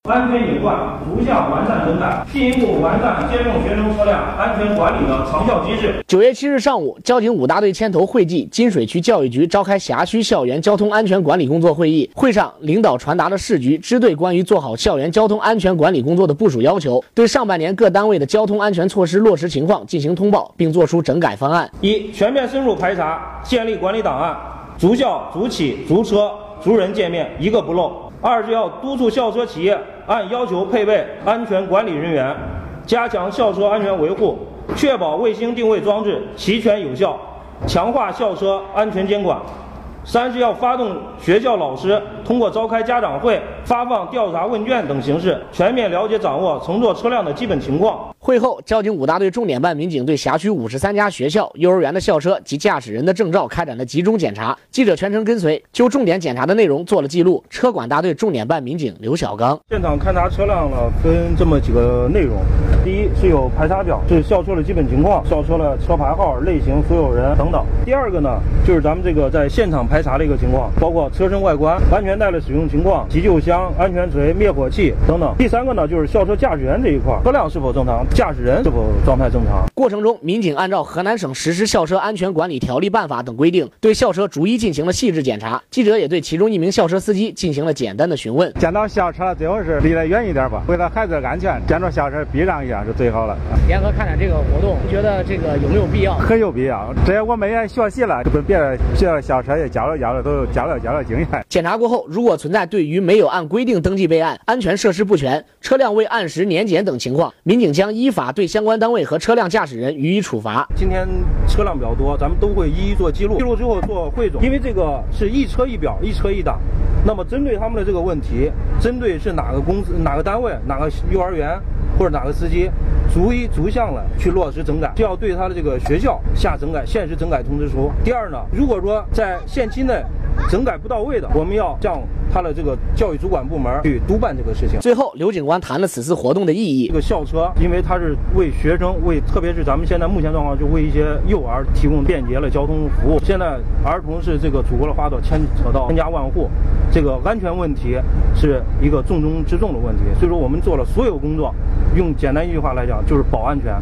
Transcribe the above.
安全隐患逐项完善整改，进一步完善接送学生车辆安全管理的长效机制。 9月7日上午，交警5大队牵头会稽金水区教育局召开辖区校园交通安全管理工作会议。会上，领导传达了市局支队关于做好校园交通安全管理工作的部署要求，对上半年各单位的交通安全措施落实情况进行通报，并作出整改方案。 一、全面深入排查，建立管理档案，逐校、逐企、逐车、逐人界面，一个不漏。二是要督促校车企业按要求配备安全管理人员，加强校车安全维护，确保卫星定位装置齐全有效，强化校车安全监管。三是要发动学校老师通过召开家长会、发放调查问卷等形式，全面了解掌握乘坐车辆的基本情况。 会后，交警5大队重点办民警对辖区53家学校、幼儿园的校车及驾驶人的证照开展了集中检查。记者全程跟随，就重点检查的内容做了记录。车管大队重点办民警刘小刚： 现场勘查车辆呢，分这么几个内容。第一是有排查表，是校车的基本情况，校车的车牌号、类型、所有人等等。第二个呢，就是咱们这个在现场排查的一个情况，包括车身外观、安全带的使用情况、急救箱、安全锤、灭火器等等。第三个呢，就是校车驾驶员这一块，车辆是否正常，驾驶人是否状态正常。 过程中，民警按照河南省实施校车安全管理条例办法等规定，对校车逐一进行了细致检查。记者也对其中一名校车司机进行了简单的询问。 见到校车最后是离得远一点吧，为了孩子的安全，见着校车避让一下是最好了。 联合看展这个活动，你觉得这个有没有必要？ 很有必要，这我们也学习了，就跟别的学校的校车也交流交流，都交流经验。 检查过后，如果存在对于没有按规定登记备案、安全设施不全、车辆未按时年检等情况，民警将依法对相关单位和车辆驾驶人予以处罚。 今天车辆比较多，咱们都会一一做记录，记录之后做汇总，因为这个是一车一表，一车一档。那么针对他们的这个问题，针对是哪个公司、哪个单位、哪个幼儿园或者哪个司机，逐项了去落实整改，就要对他的这个学校下整改限时整改通知书。第二呢，如果说在限期内整改不到位的，我们要向他的这个教育主管部门去督办这个事情。 最后，刘警官谈了此次活动的意义。 这个校车，因为它是为学生，特别是咱们现在目前状况，就为一些幼儿提供便捷的交通服务。现在儿童是这个祖国的花朵，牵扯到千家万户，这个安全问题是一个重中之重的问题。所以说，我们做了所有工作，用简单一句话来讲，就是保安全。